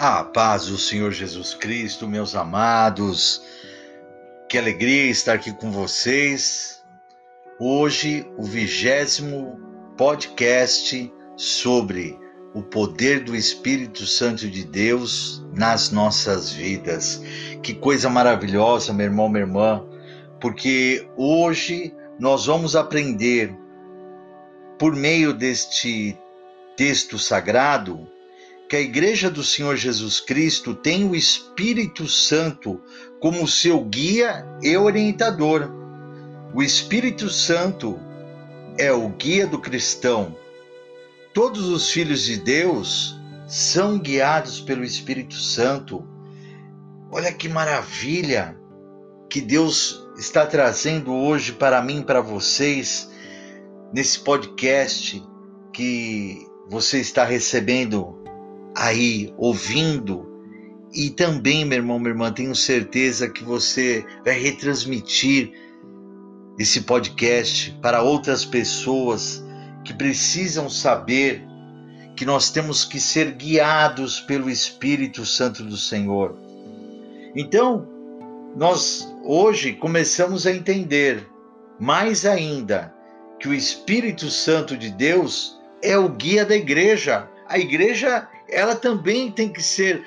A paz do Senhor Jesus Cristo, meus amados, que alegria estar aqui com vocês. Hoje, o 20º podcast sobre o poder do Espírito Santo de Deus nas nossas vidas. Que coisa maravilhosa, meu irmão, minha irmã, porque hoje nós vamos aprender, por meio deste texto sagrado, que a Igreja do Senhor Jesus Cristo tem o Espírito Santo como seu guia e orientador. O Espírito Santo é o guia do cristão. Todos os filhos de Deus são guiados pelo Espírito Santo. Olha que maravilha que Deus está trazendo hoje para mim e para vocês, nesse podcast que você está recebendo aí, ouvindo. E também, meu irmão, minha irmã, tenho certeza que você vai retransmitir esse podcast para outras pessoas que precisam saber que nós temos que ser guiados pelo Espírito Santo do Senhor. Então, nós hoje começamos a entender mais ainda que o Espírito Santo de Deus é o guia da igreja. A igreja, ela também tem que ser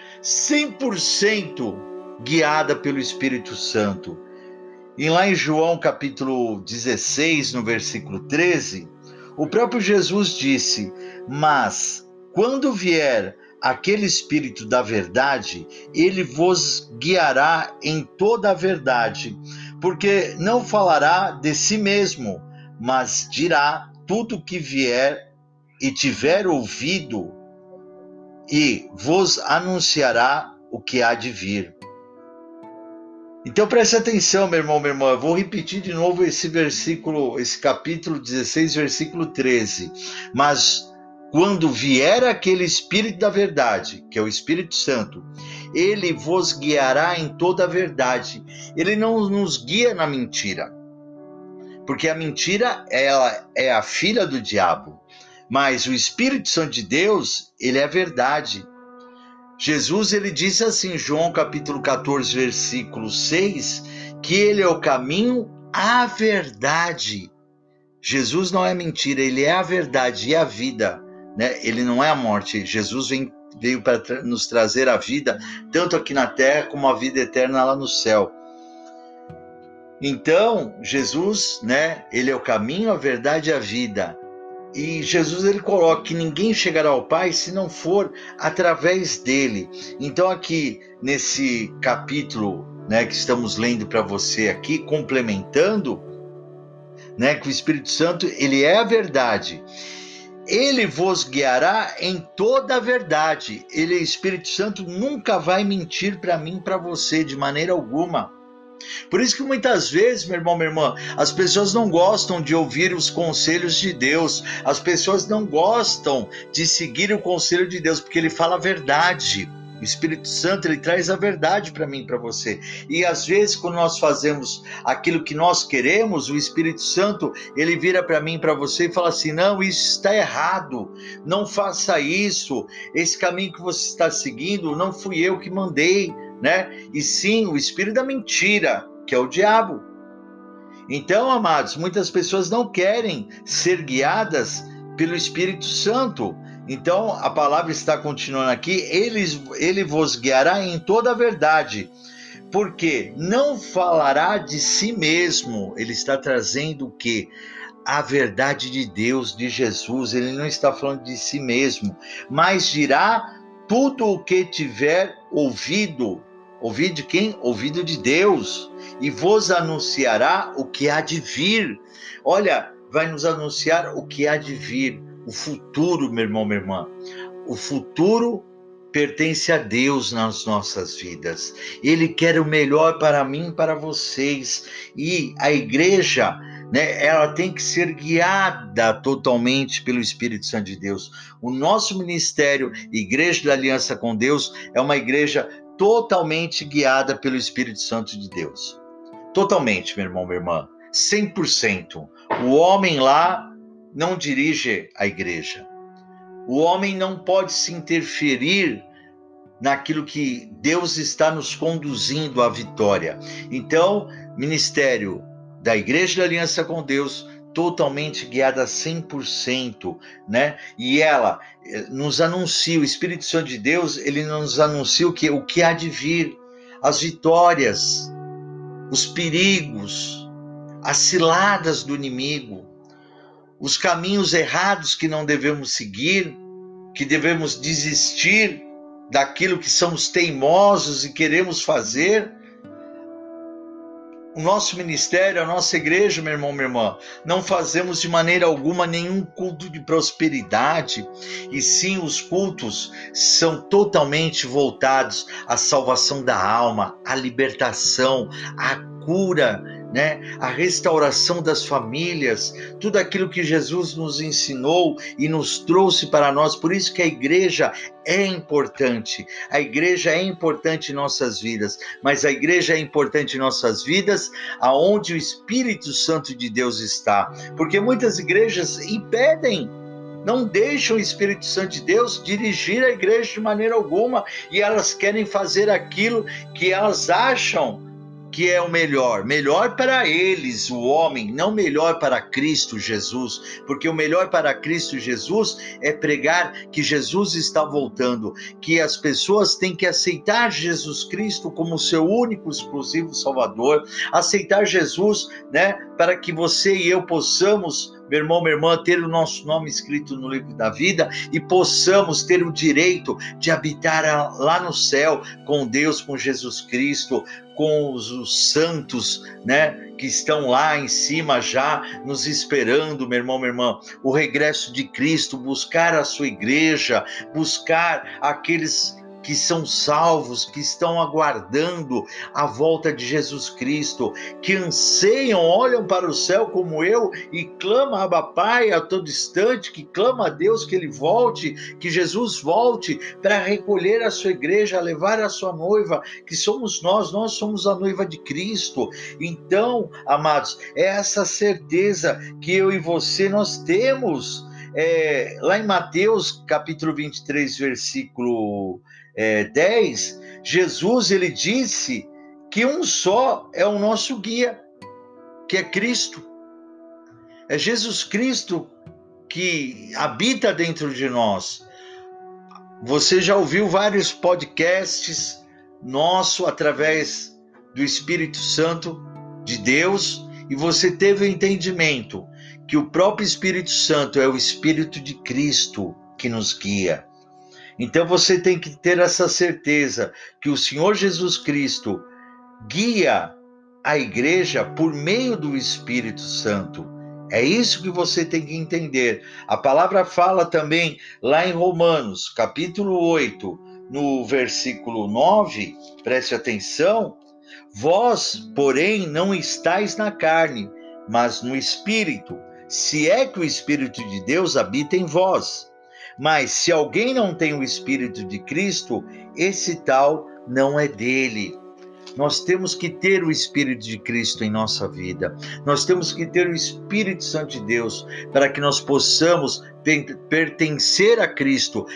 100% guiada pelo Espírito Santo. E lá em João capítulo 16, no versículo 13, o próprio Jesus disse: "Mas quando vier aquele Espírito da verdade, ele vos guiará em toda a verdade, porque não falará de si mesmo, mas dirá tudo o que vier e tiver ouvido, e vos anunciará o que há de vir." Então preste atenção, meu irmão, minha irmã. Eu vou repetir de novo esse versículo, esse capítulo 16, versículo 13. "Mas quando vier aquele Espírito da verdade, que é o Espírito Santo, ele vos guiará em toda a verdade." Ele não nos guia na mentira, porque a mentira, ela é a filha do diabo. Mas o Espírito Santo de Deus, ele é a verdade. Jesus, ele disse assim, João capítulo 14, versículo 6, que ele é o caminho, a verdade. Jesus não é mentira, ele é a verdade e a vida, né? Ele não é a morte. Jesus veio para nos trazer a vida, tanto aqui na terra como a vida eterna lá no céu. Então, Jesus, né? Ele é o caminho, a verdade e a vida. E Jesus, ele coloca que ninguém chegará ao Pai se não for através dele. Então aqui nesse capítulo, né, que estamos lendo para você aqui, complementando, né, que o Espírito Santo, ele é a verdade. Ele vos guiará em toda a verdade. Ele, Espírito Santo, nunca vai mentir para mim, para você, de maneira alguma. Por isso que muitas vezes, meu irmão, minha irmã, as pessoas não gostam de ouvir os conselhos de Deus. As pessoas não gostam de seguir o conselho de Deus, porque ele fala a verdade. O Espírito Santo, ele traz a verdade para mim e para você. E às vezes, quando nós fazemos aquilo que nós queremos, o Espírito Santo, ele vira para mim e para você e fala assim: "Não, isso está errado. Não faça isso. Esse caminho que você está seguindo, não fui eu que mandei." Né? E sim, o espírito da mentira, que é o diabo. Então, amados, muitas pessoas não querem ser guiadas pelo Espírito Santo. Então, a palavra está continuando aqui: ele vos guiará em toda a verdade, porque não falará de si mesmo. Ele está trazendo o quê? A verdade de Deus, de Jesus. Ele não está falando de si mesmo, mas dirá tudo o que tiver ouvido. Ouvido de quem? Ouvido de Deus. E vos anunciará o que há de vir. Olha, vai nos anunciar o que há de vir. O futuro, meu irmão, minha irmã. O futuro pertence a Deus nas nossas vidas. Ele quer o melhor para mim e para vocês. E a igreja, né, ela tem que ser guiada totalmente pelo Espírito Santo de Deus. O nosso ministério, Igreja da Aliança com Deus, é uma igreja totalmente guiada pelo Espírito Santo de Deus. Totalmente, meu irmão, minha irmã. 100%. O homem lá não dirige a igreja. O homem não pode se interferir naquilo que Deus está nos conduzindo à vitória. Então, ministério da Igreja da Aliança com Deus, totalmente guiada 100%, né? E ela nos anuncia, o Espírito Santo de Deus, ele nos anuncia o que há de vir, as vitórias, os perigos, as ciladas do inimigo, os caminhos errados que não devemos seguir, que devemos desistir daquilo que somos teimosos e queremos fazer. O nosso ministério, a nossa igreja, meu irmão, minha irmã, não fazemos de maneira alguma nenhum culto de prosperidade, e sim os cultos são totalmente voltados à salvação da alma, à libertação, à cura, né? A restauração das famílias, tudo aquilo que Jesus nos ensinou e nos trouxe para nós. Por isso que a igreja é importante. A igreja é importante em nossas vidas, mas a igreja é importante em nossas vidas aonde o Espírito Santo de Deus está. Porque muitas igrejas impedem, não deixam o Espírito Santo de Deus dirigir a igreja de maneira alguma, e elas querem fazer aquilo que elas acham que é o melhor para eles, o homem, não melhor para Cristo Jesus, porque o melhor para Cristo Jesus é pregar que Jesus está voltando, que as pessoas têm que aceitar Jesus Cristo como seu único, exclusivo Salvador, aceitar Jesus, né, para que você e eu possamos, meu irmão, minha irmã, ter o nosso nome escrito no livro da vida e possamos ter o direito de habitar lá no céu com Deus, com Jesus Cristo, com os santos, né, que estão lá em cima já nos esperando, meu irmão, minha irmã, o regresso de Cristo, buscar a sua igreja, buscar aqueles que são salvos, que estão aguardando a volta de Jesus Cristo, que anseiam, olham para o céu como eu e clamam a Abba Pai a todo instante, que clama a Deus que Ele volte, que Jesus volte para recolher a sua igreja, levar a sua noiva, que somos nós somos a noiva de Cristo. Então, amados, é essa certeza que eu e você nós temos. Lá em Mateus capítulo 23, versículo 10, Jesus, ele disse que um só é o nosso guia, que é Cristo. É Jesus Cristo que habita dentro de nós. Você já ouviu vários podcasts nosso através do Espírito Santo de Deus, e você teve o entendimento que o próprio Espírito Santo é o Espírito de Cristo que nos guia. Então você tem que ter essa certeza que o Senhor Jesus Cristo guia a igreja por meio do Espírito Santo. É isso que você tem que entender. A palavra fala também lá em Romanos, capítulo 8, no versículo 9, preste atenção: vós, porém, não estáis na carne, mas no Espírito, se é que o Espírito de Deus habita em vós. Mas se alguém não tem o Espírito de Cristo, esse tal não é dele. Nós temos que ter o Espírito de Cristo em nossa vida. Nós temos que ter o Espírito Santo de Deus para que nós possamos pertencer a Cristo,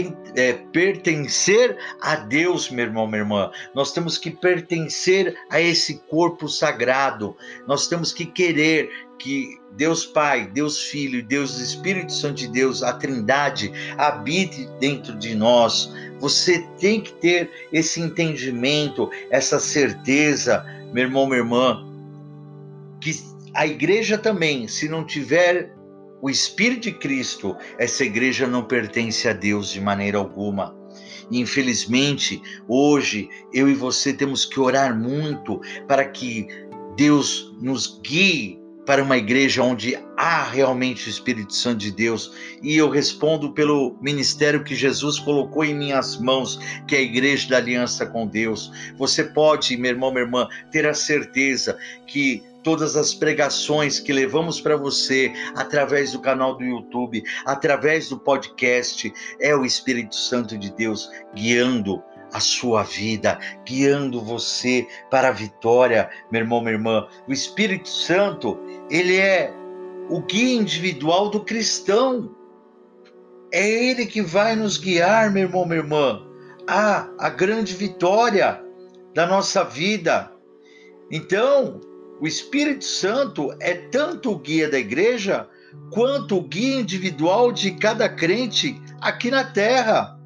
pertencer a Deus, meu irmão, minha irmã. Nós temos que pertencer a esse corpo sagrado. Nós temos que querer que Deus Pai, Deus Filho e Deus Espírito Santo de Deus, a Trindade, habite dentro de nós. Você tem que ter esse entendimento, essa certeza, meu irmão, minha irmã, que a igreja também, se não tiver o Espírito de Cristo, essa igreja não pertence a Deus de maneira alguma. E, infelizmente, hoje, eu e você temos que orar muito para que Deus nos guie para uma igreja onde há realmente o Espírito Santo de Deus. E eu respondo pelo ministério que Jesus colocou em minhas mãos, que é a Igreja da Aliança com Deus. Você pode, meu irmão, minha irmã, ter a certeza que todas as pregações que levamos para você através do canal do YouTube, através do podcast, é o Espírito Santo de Deus guiando a sua vida, guiando você para a vitória, meu irmão, minha irmã. O Espírito Santo, ele é o guia individual do cristão. É ele que vai nos guiar, meu irmão, minha irmã, a grande vitória da nossa vida. Então, o Espírito Santo é tanto o guia da igreja, quanto o guia individual de cada crente aqui na terra.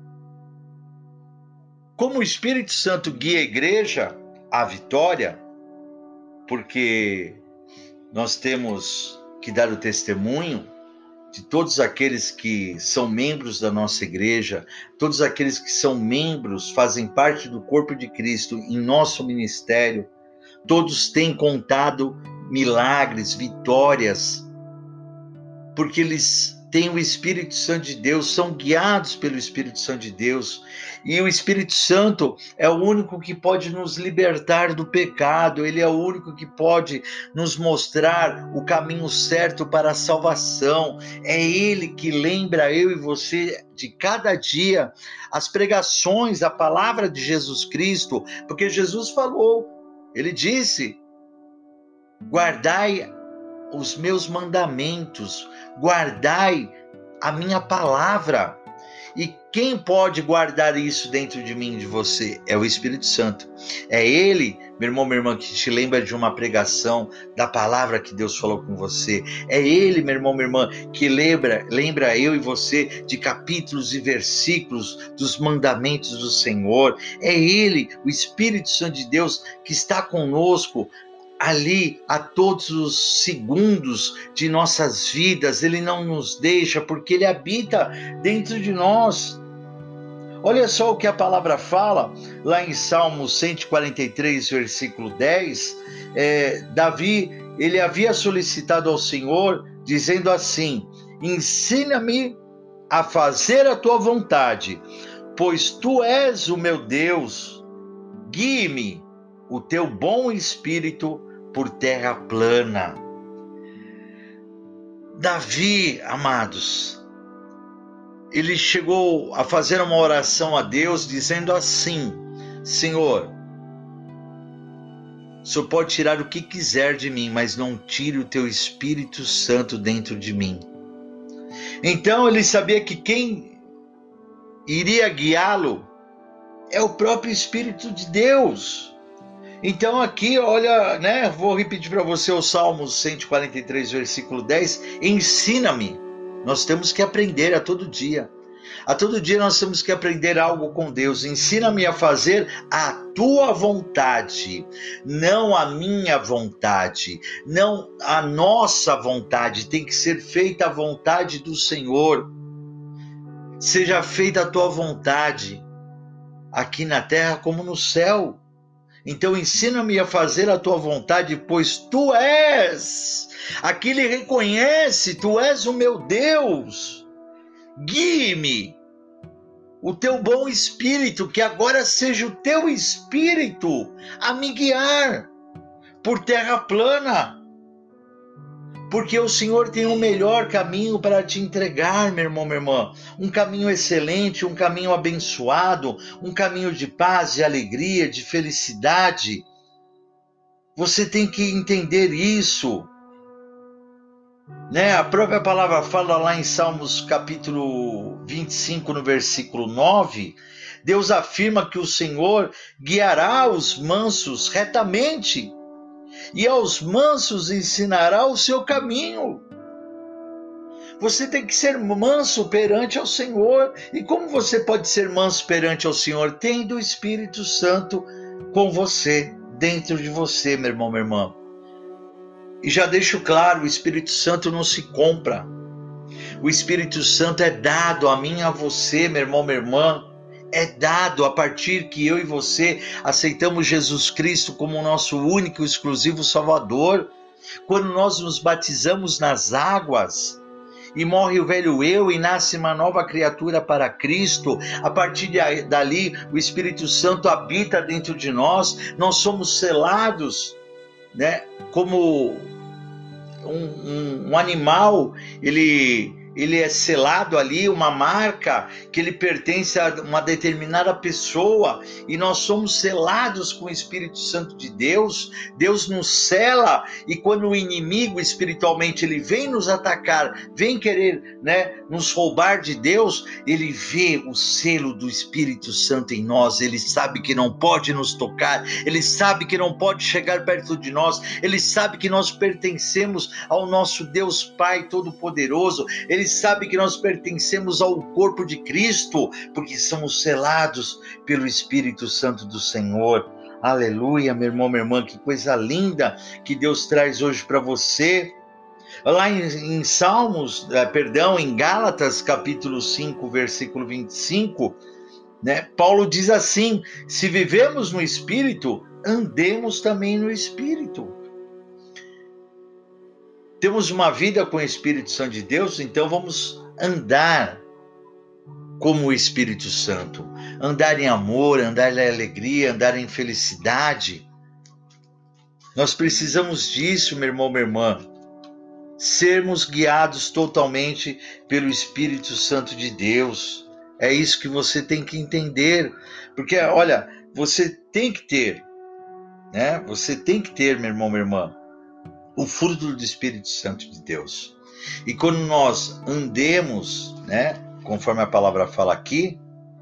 Como o Espírito Santo guia a igreja à vitória, porque nós temos que dar o testemunho de todos aqueles que são membros da nossa igreja, todos aqueles que são membros, fazem parte do corpo de Cristo em nosso ministério, todos têm contado milagres, vitórias, porque eles têm o Espírito Santo de Deus, são guiados pelo Espírito Santo de Deus, e o Espírito Santo é o único que pode nos libertar do pecado, ele é o único que pode nos mostrar o caminho certo para a salvação, é ele que lembra eu e você de cada dia as pregações, a palavra de Jesus Cristo, porque Jesus falou, ele disse, guardai os meus mandamentos, guardai a minha palavra. E quem pode guardar isso dentro de mim e de você? É o Espírito Santo. É ele, meu irmão, minha irmã, que te lembra de uma pregação da palavra que Deus falou com você. É ele, meu irmão, minha irmã, que lembra eu e você de capítulos e versículos dos mandamentos do Senhor. É ele, o Espírito Santo de Deus, que está conosco ali a todos os segundos de nossas vidas. Ele não nos deixa, porque ele habita dentro de nós. Olha só o que a palavra fala, lá em Salmo 143, versículo 10, Davi, ele havia solicitado ao Senhor, dizendo assim, ensina-me a fazer a tua vontade, pois tu és o meu Deus, guie-me o teu bom espírito por terra plana. Davi, amados, ele chegou a fazer uma oração a Deus dizendo assim, Senhor, o Senhor pode tirar o que quiser de mim, mas não tire o teu Espírito Santo dentro de mim. Então ele sabia que quem iria guiá-lo é o próprio Espírito de Deus. Então aqui, olha, né, vou repetir para você o Salmo 143, versículo 10, ensina-me. Nós temos que aprender a todo dia. A todo dia nós temos que aprender algo com Deus. Ensina-me a fazer a tua vontade, não a minha vontade, não a nossa vontade. Tem que ser feita a vontade do Senhor. Seja feita a tua vontade, aqui na terra como no céu. Então ensina-me a fazer a tua vontade, pois tu és. Aqui ele reconhece, tu és o meu Deus. Guie-me o teu bom espírito, que agora seja o teu espírito a me guiar por terra plana. Porque o Senhor tem o melhor caminho para te entregar, meu irmão, minha irmã. Um caminho excelente, um caminho abençoado, um caminho de paz, de alegria, de felicidade. Você tem que entender isso. Né? A própria palavra fala lá em Salmos capítulo 25, no versículo 9, Deus afirma que o Senhor guiará os mansos retamente, e aos mansos ensinará o seu caminho. Você tem que ser manso perante ao Senhor. E como você pode ser manso perante ao Senhor? Tendo o Espírito Santo com você, dentro de você, meu irmão, minha irmã. E já deixo claro, o Espírito Santo não se compra. O Espírito Santo é dado a mim e a você, meu irmão, minha irmã. É dado a partir que eu e você aceitamos Jesus Cristo como o nosso único e exclusivo Salvador. Quando nós nos batizamos nas águas e morre o velho eu e nasce uma nova criatura para Cristo, a partir dali o Espírito Santo habita dentro de nós, nós somos selados, né? Como um animal, ele ele é selado ali, uma marca que ele pertence a uma determinada pessoa, e nós somos selados com o Espírito Santo de Deus. Deus nos sela, e quando o inimigo espiritualmente ele vem nos atacar, vem querer, nos roubar de Deus, ele vê o selo do Espírito Santo em nós, ele sabe que não pode nos tocar, ele sabe que não pode chegar perto de nós, ele sabe que nós pertencemos ao nosso Deus Pai Todo-Poderoso, ele sabe que nós pertencemos ao corpo de Cristo, porque somos selados pelo Espírito Santo do Senhor. Aleluia, meu irmão, minha irmã, que coisa linda que Deus traz hoje para você. Lá em em Gálatas, capítulo 5, versículo 25, Paulo diz assim: se vivemos no Espírito, andemos também no Espírito. Temos uma vida com o Espírito Santo de Deus, então vamos andar como o Espírito Santo. Andar em amor, andar em alegria, andar em felicidade. Nós precisamos disso, meu irmão, minha irmã. Sermos guiados totalmente pelo Espírito Santo de Deus. É isso que você tem que entender. Porque, olha, você tem que ter, Você tem que ter, meu irmão, minha irmã, o fruto do Espírito Santo de Deus. E quando nós andemos, conforme a palavra fala aqui,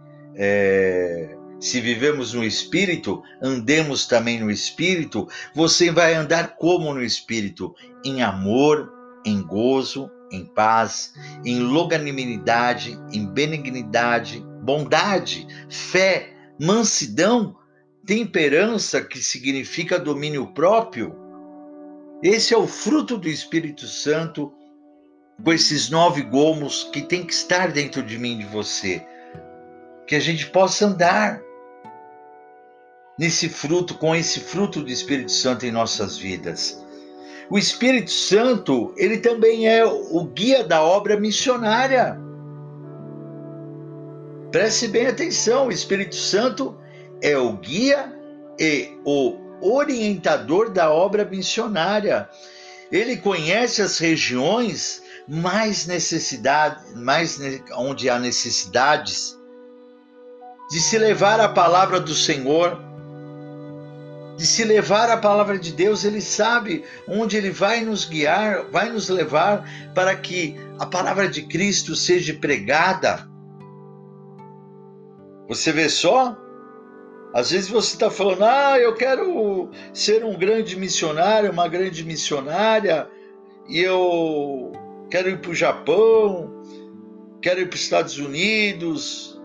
se vivemos no Espírito, andemos também no Espírito, você vai andar como no Espírito? Em amor, em gozo, em paz, em longanimidade, em benignidade, bondade, fé, mansidão, temperança, que significa domínio próprio. Esse é o fruto do Espírito Santo, com esses 9 gomos que tem que estar dentro de mim e de você. Que a gente possa andar nesse fruto, com esse fruto do Espírito Santo em nossas vidas. O Espírito Santo, ele também é o guia da obra missionária. Preste bem atenção, o Espírito Santo é o guia e o orientador da obra missionária. Ele conhece as regiões onde há necessidades de se levar a palavra do Senhor, de se levar a palavra de Deus. Ele sabe onde ele vai nos guiar, vai nos levar para que a palavra de Cristo seja pregada. Você vê só? Às vezes você está falando, eu quero ser um grande missionário, uma grande missionária, e eu quero ir para o Japão, quero ir para os Estados Unidos.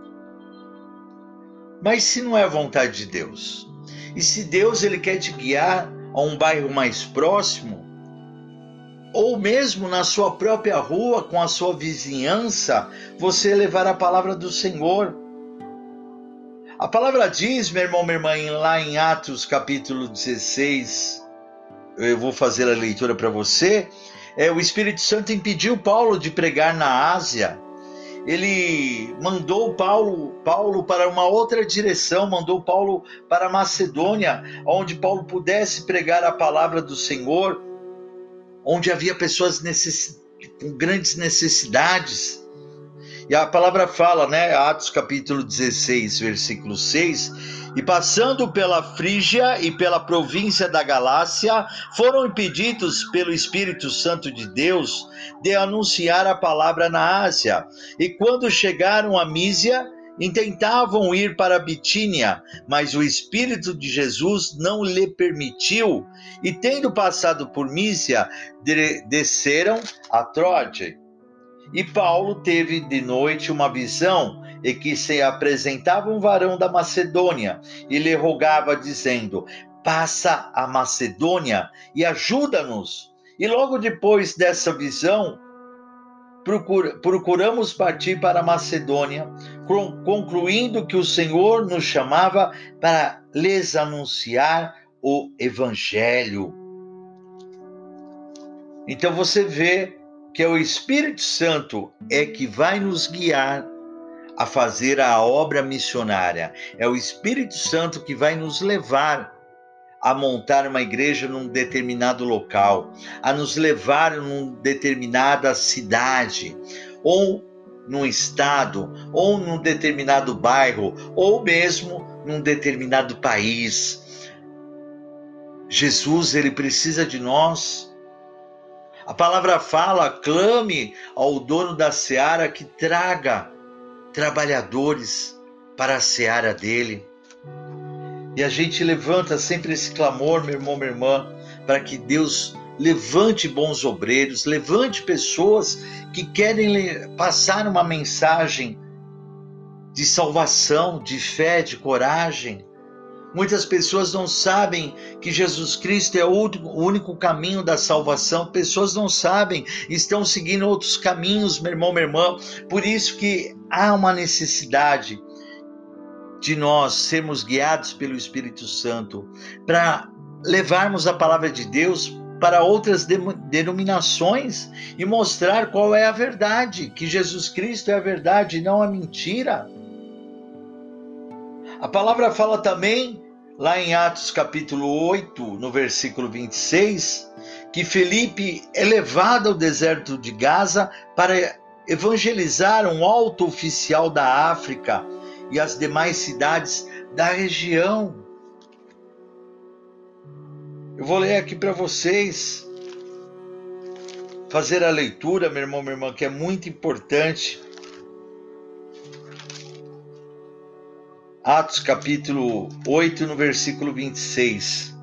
Mas se não é a vontade de Deus, e se Deus ele quer te guiar a um bairro mais próximo, ou mesmo na sua própria rua, com a sua vizinhança, você levar a palavra do Senhor. A palavra diz, meu irmão, minha irmã, lá em Atos capítulo 16, eu vou fazer a leitura para você, o Espírito Santo impediu Paulo de pregar na Ásia. Ele mandou Paulo para uma outra direção, mandou Paulo para a Macedônia, onde Paulo pudesse pregar a palavra do Senhor, onde havia pessoas com grandes necessidades. E a palavra fala, Atos capítulo 16, versículo 6, e passando pela Frígia e pela província da Galácia, foram impedidos pelo Espírito Santo de Deus de anunciar a palavra na Ásia. E quando chegaram a Mísia, intentavam ir para a Bitínia, mas o Espírito de Jesus não lhe permitiu. E tendo passado por Mísia, desceram a Troade. E Paulo teve de noite uma visão, e que se apresentava um varão da Macedônia, e lhe rogava, dizendo: passa a Macedônia e ajuda-nos. E logo depois dessa visão, procuramos partir para a Macedônia, concluindo que o Senhor nos chamava para lhes anunciar o Evangelho. Então você vê que é o Espírito Santo que vai nos guiar a fazer a obra missionária. É o Espírito Santo que vai nos levar a montar uma igreja num determinado local, a nos levar numa determinada cidade, ou num estado, ou num determinado bairro, ou mesmo num determinado país. Jesus, ele precisa de nós. A palavra fala: clame ao dono da seara que traga trabalhadores para a seara dele. E a gente levanta sempre esse clamor, meu irmão, minha irmã, para que Deus levante bons obreiros, levante pessoas que querem passar uma mensagem de salvação, de fé, de coragem. Muitas pessoas não sabem que Jesus Cristo é o único caminho da salvação. Pessoas não sabem, estão seguindo outros caminhos, meu irmão, minha irmã. Por isso que há uma necessidade de nós sermos guiados pelo Espírito Santo para levarmos a palavra de Deus para outras denominações e mostrar qual é a verdade, que Jesus Cristo é a verdade e não a mentira. A palavra fala também, lá em Atos capítulo 8, no versículo 26, que Felipe é levado ao deserto de Gaza para evangelizar um alto oficial da África e as demais cidades da região. Eu vou ler aqui para vocês, fazer a leitura, meu irmão, minha irmã, que é muito importante. Atos capítulo 8, no versículo 26.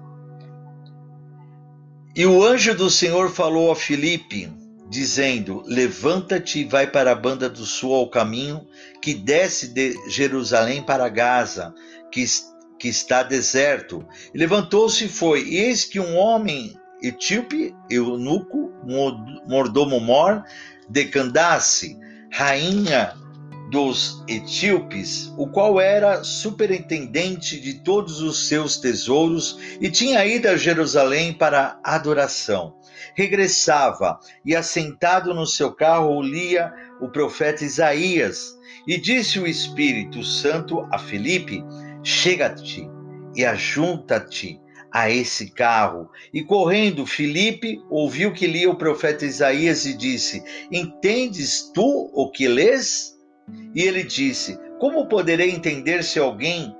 E o anjo do Senhor falou a Filipe, dizendo: levanta-te e vai para a banda do sul ao caminho que desce de Jerusalém para Gaza, que está deserto. E levantou-se e foi. E eis que um homem etíope, eunuco, mordomo mor, de Candace, rainha dos etíopes, o qual era superintendente de todos os seus tesouros e tinha ido a Jerusalém para adoração. Regressava e, assentado no seu carro, lia o profeta Isaías. E disse o Espírito Santo a Filipe: chega-te e ajunta-te a esse carro. E correndo, Filipe ouviu que lia o profeta Isaías e disse: entendes tu o que lês? E ele disse: como poderei entender se alguém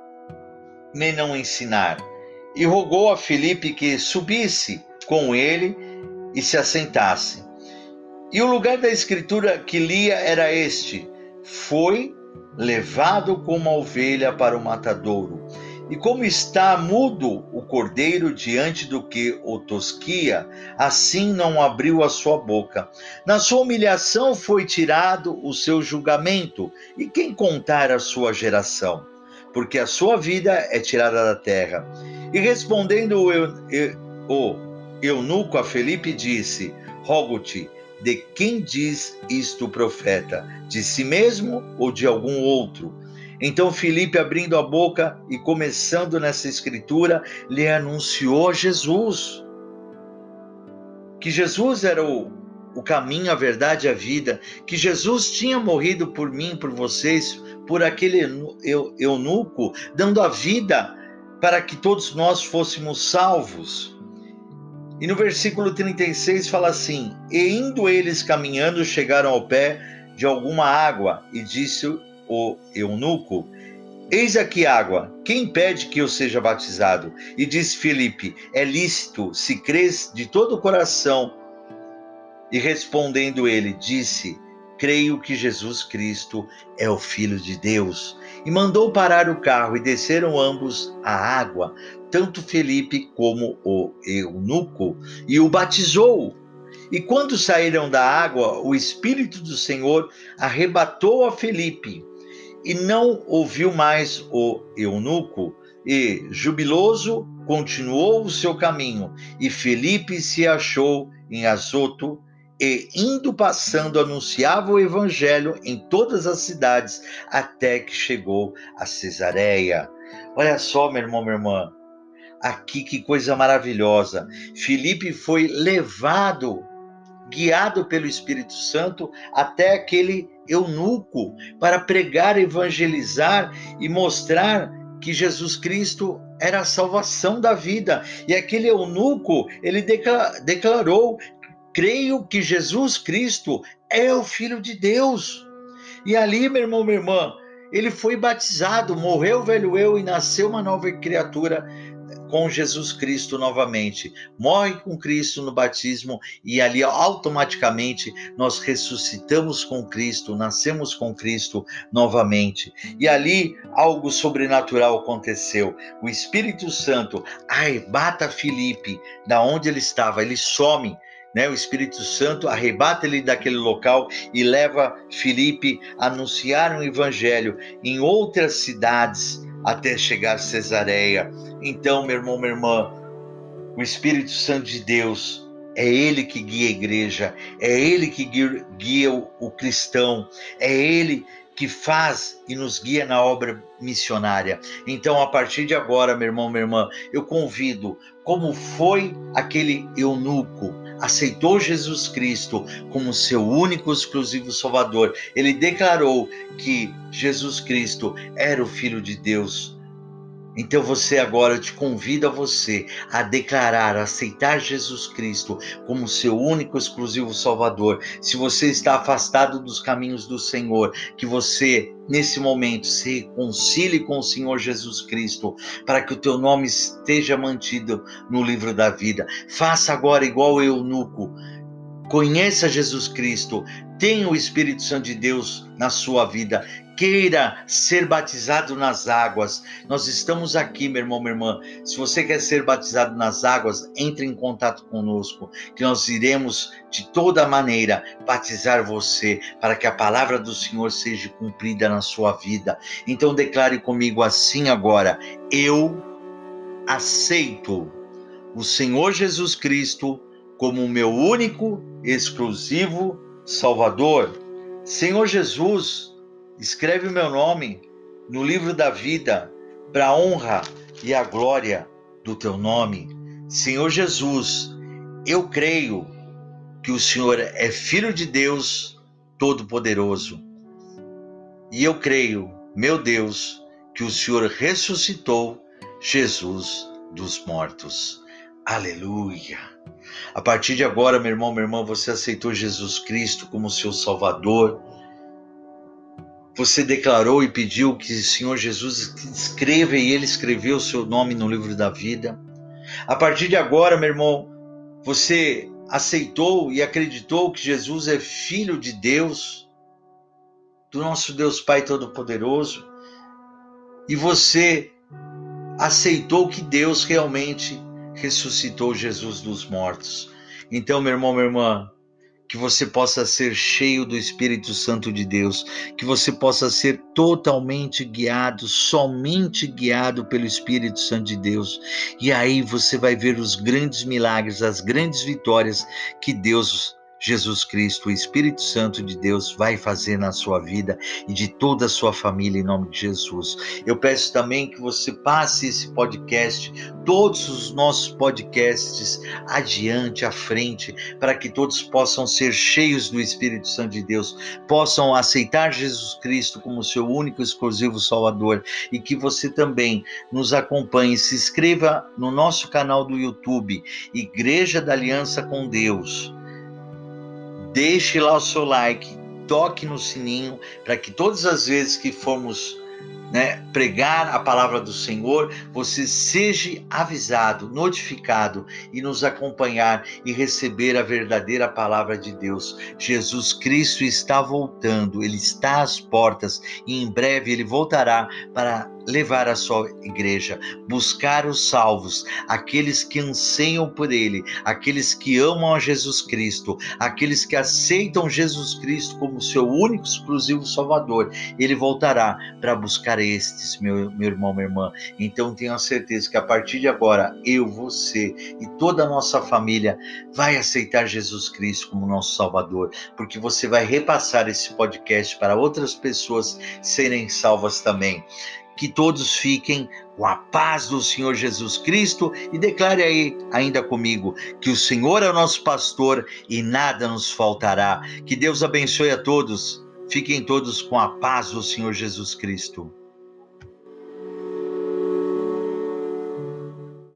me não ensinar? E rogou a Filipe que subisse com ele e se assentasse. E o lugar da escritura que lia era este: foi levado como uma ovelha para o matadouro. E como está mudo o cordeiro diante do que o tosquia, assim não abriu a sua boca. Na sua humilhação foi tirado o seu julgamento. E quem contar a sua geração? Porque a sua vida é tirada da terra. E respondendo o eunuco a Filipe, disse: rogo-te, de quem diz isto o profeta? De si mesmo ou de algum outro? Então Filipe, abrindo a boca e começando nessa escritura, lhe anunciou Jesus. Que Jesus era o caminho, a verdade e a vida. Que Jesus tinha morrido por mim, por vocês, por aquele eunuco, dando a vida para que todos nós fôssemos salvos. E no versículo 36 fala assim: e indo eles caminhando, chegaram ao pé de alguma água, e disse o eunuco: eis aqui água, quem impede que eu seja batizado? E disse Filipe: é lícito, se crês de todo o coração. E respondendo ele, disse: creio que Jesus Cristo é o Filho de Deus. E mandou parar o carro, e desceram ambos à água, tanto Filipe como o eunuco, e o batizou. E quando saíram da água, o Espírito do Senhor arrebatou a Filipe, e não ouviu mais o eunuco, e, jubiloso, continuou o seu caminho. E Filipe se achou em Azoto, e, indo passando, anunciava o evangelho em todas as cidades, até que chegou a Cesareia. Olha só, meu irmão, minha irmã, aqui que coisa maravilhosa. Filipe foi levado, guiado pelo Espírito Santo, até aquele eunuco, para pregar, evangelizar e mostrar que Jesus Cristo era a salvação da vida. E aquele eunuco, ele declarou: creio que Jesus Cristo é o Filho de Deus. E ali, meu irmão, minha irmã, ele foi batizado, morreu o velho eu e nasceu uma nova criatura com Jesus Cristo novamente. Morre com Cristo no batismo e ali automaticamente nós ressuscitamos com Cristo, nascemos com Cristo novamente. E ali algo sobrenatural aconteceu. O Espírito Santo arrebata Filipe da onde ele estava, ele some. O Espírito Santo arrebata ele daquele local e leva Filipe a anunciar um evangelho em outras cidades até chegar a Cesareia. Então, meu irmão, minha irmã, o Espírito Santo de Deus é Ele que guia a igreja, é Ele que guia o cristão, é Ele que faz e nos guia na obra missionária. Então, a partir de agora, meu irmão, minha irmã, eu convido, como foi aquele eunuco, aceitou Jesus Cristo como seu único exclusivo Salvador. Ele declarou que Jesus Cristo era o Filho de Deus. Então você agora, eu te convido a você a declarar, a aceitar Jesus Cristo como seu único exclusivo Salvador. Se você está afastado dos caminhos do Senhor, que você nesse momento se reconcilie com o Senhor Jesus Cristo, para que o teu nome esteja mantido no livro da vida. Faça agora igual o eunuco. Conheça Jesus Cristo, tenha o Espírito Santo de Deus na sua vida, queira ser batizado nas águas. Nós estamos aqui, meu irmão, minha irmã. Se você quer ser batizado nas águas, entre em contato conosco, que nós iremos de toda maneira batizar você, para que a palavra do Senhor seja cumprida na sua vida. Então declare comigo assim agora: eu aceito o Senhor Jesus Cristo como o meu único, exclusivo Salvador. Senhor Jesus, escreve o meu nome no livro da vida, para a honra e a glória do teu nome. Senhor Jesus, eu creio que o Senhor é Filho de Deus Todo-Poderoso. E eu creio, meu Deus, que o Senhor ressuscitou Jesus dos mortos. Aleluia! A partir de agora, meu irmão, minha irmã, você aceitou Jesus Cristo como seu Salvador. Você declarou e pediu que o Senhor Jesus escreva, e Ele escreveu o seu nome no livro da vida. A partir de agora, meu irmão, você aceitou e acreditou que Jesus é Filho de Deus, do nosso Deus Pai Todo-Poderoso, e você aceitou que Deus realmente ressuscitou Jesus dos mortos. Então, meu irmão, minha irmã, que você possa ser cheio do Espírito Santo de Deus, que você possa ser totalmente guiado, somente guiado pelo Espírito Santo de Deus. E aí você vai ver os grandes milagres, as grandes vitórias que Deus, Jesus Cristo, o Espírito Santo de Deus, vai fazer na sua vida e de toda a sua família, em nome de Jesus. Eu peço também que você passe esse podcast, todos os nossos podcasts, adiante, à frente, para que todos possam ser cheios do Espírito Santo de Deus, possam aceitar Jesus Cristo como seu único e exclusivo Salvador, e que você também nos acompanhe, se inscreva no nosso canal do YouTube, Igreja da Aliança com Deus. Deixe lá o seu like, toque no sininho, para que todas as vezes que formos pregar a palavra do Senhor, você seja avisado, notificado e nos acompanhar e receber a verdadeira palavra de Deus. Jesus Cristo está voltando, Ele está às portas e em breve Ele voltará para levar a sua igreja, buscar os salvos, aqueles que anseiam por Ele, aqueles que amam a Jesus Cristo, aqueles que aceitam Jesus Cristo como seu único exclusivo Salvador. Ele voltará para buscar estes, meu irmão, minha irmã. Então tenho a certeza que a partir de agora, eu, você e toda a nossa família vai aceitar Jesus Cristo como nosso Salvador, porque você vai repassar esse podcast para outras pessoas serem salvas também. Que todos fiquem com a paz do Senhor Jesus Cristo e declare aí ainda comigo que o Senhor é o nosso pastor e nada nos faltará. Que Deus abençoe a todos. Fiquem todos com a paz do Senhor Jesus Cristo.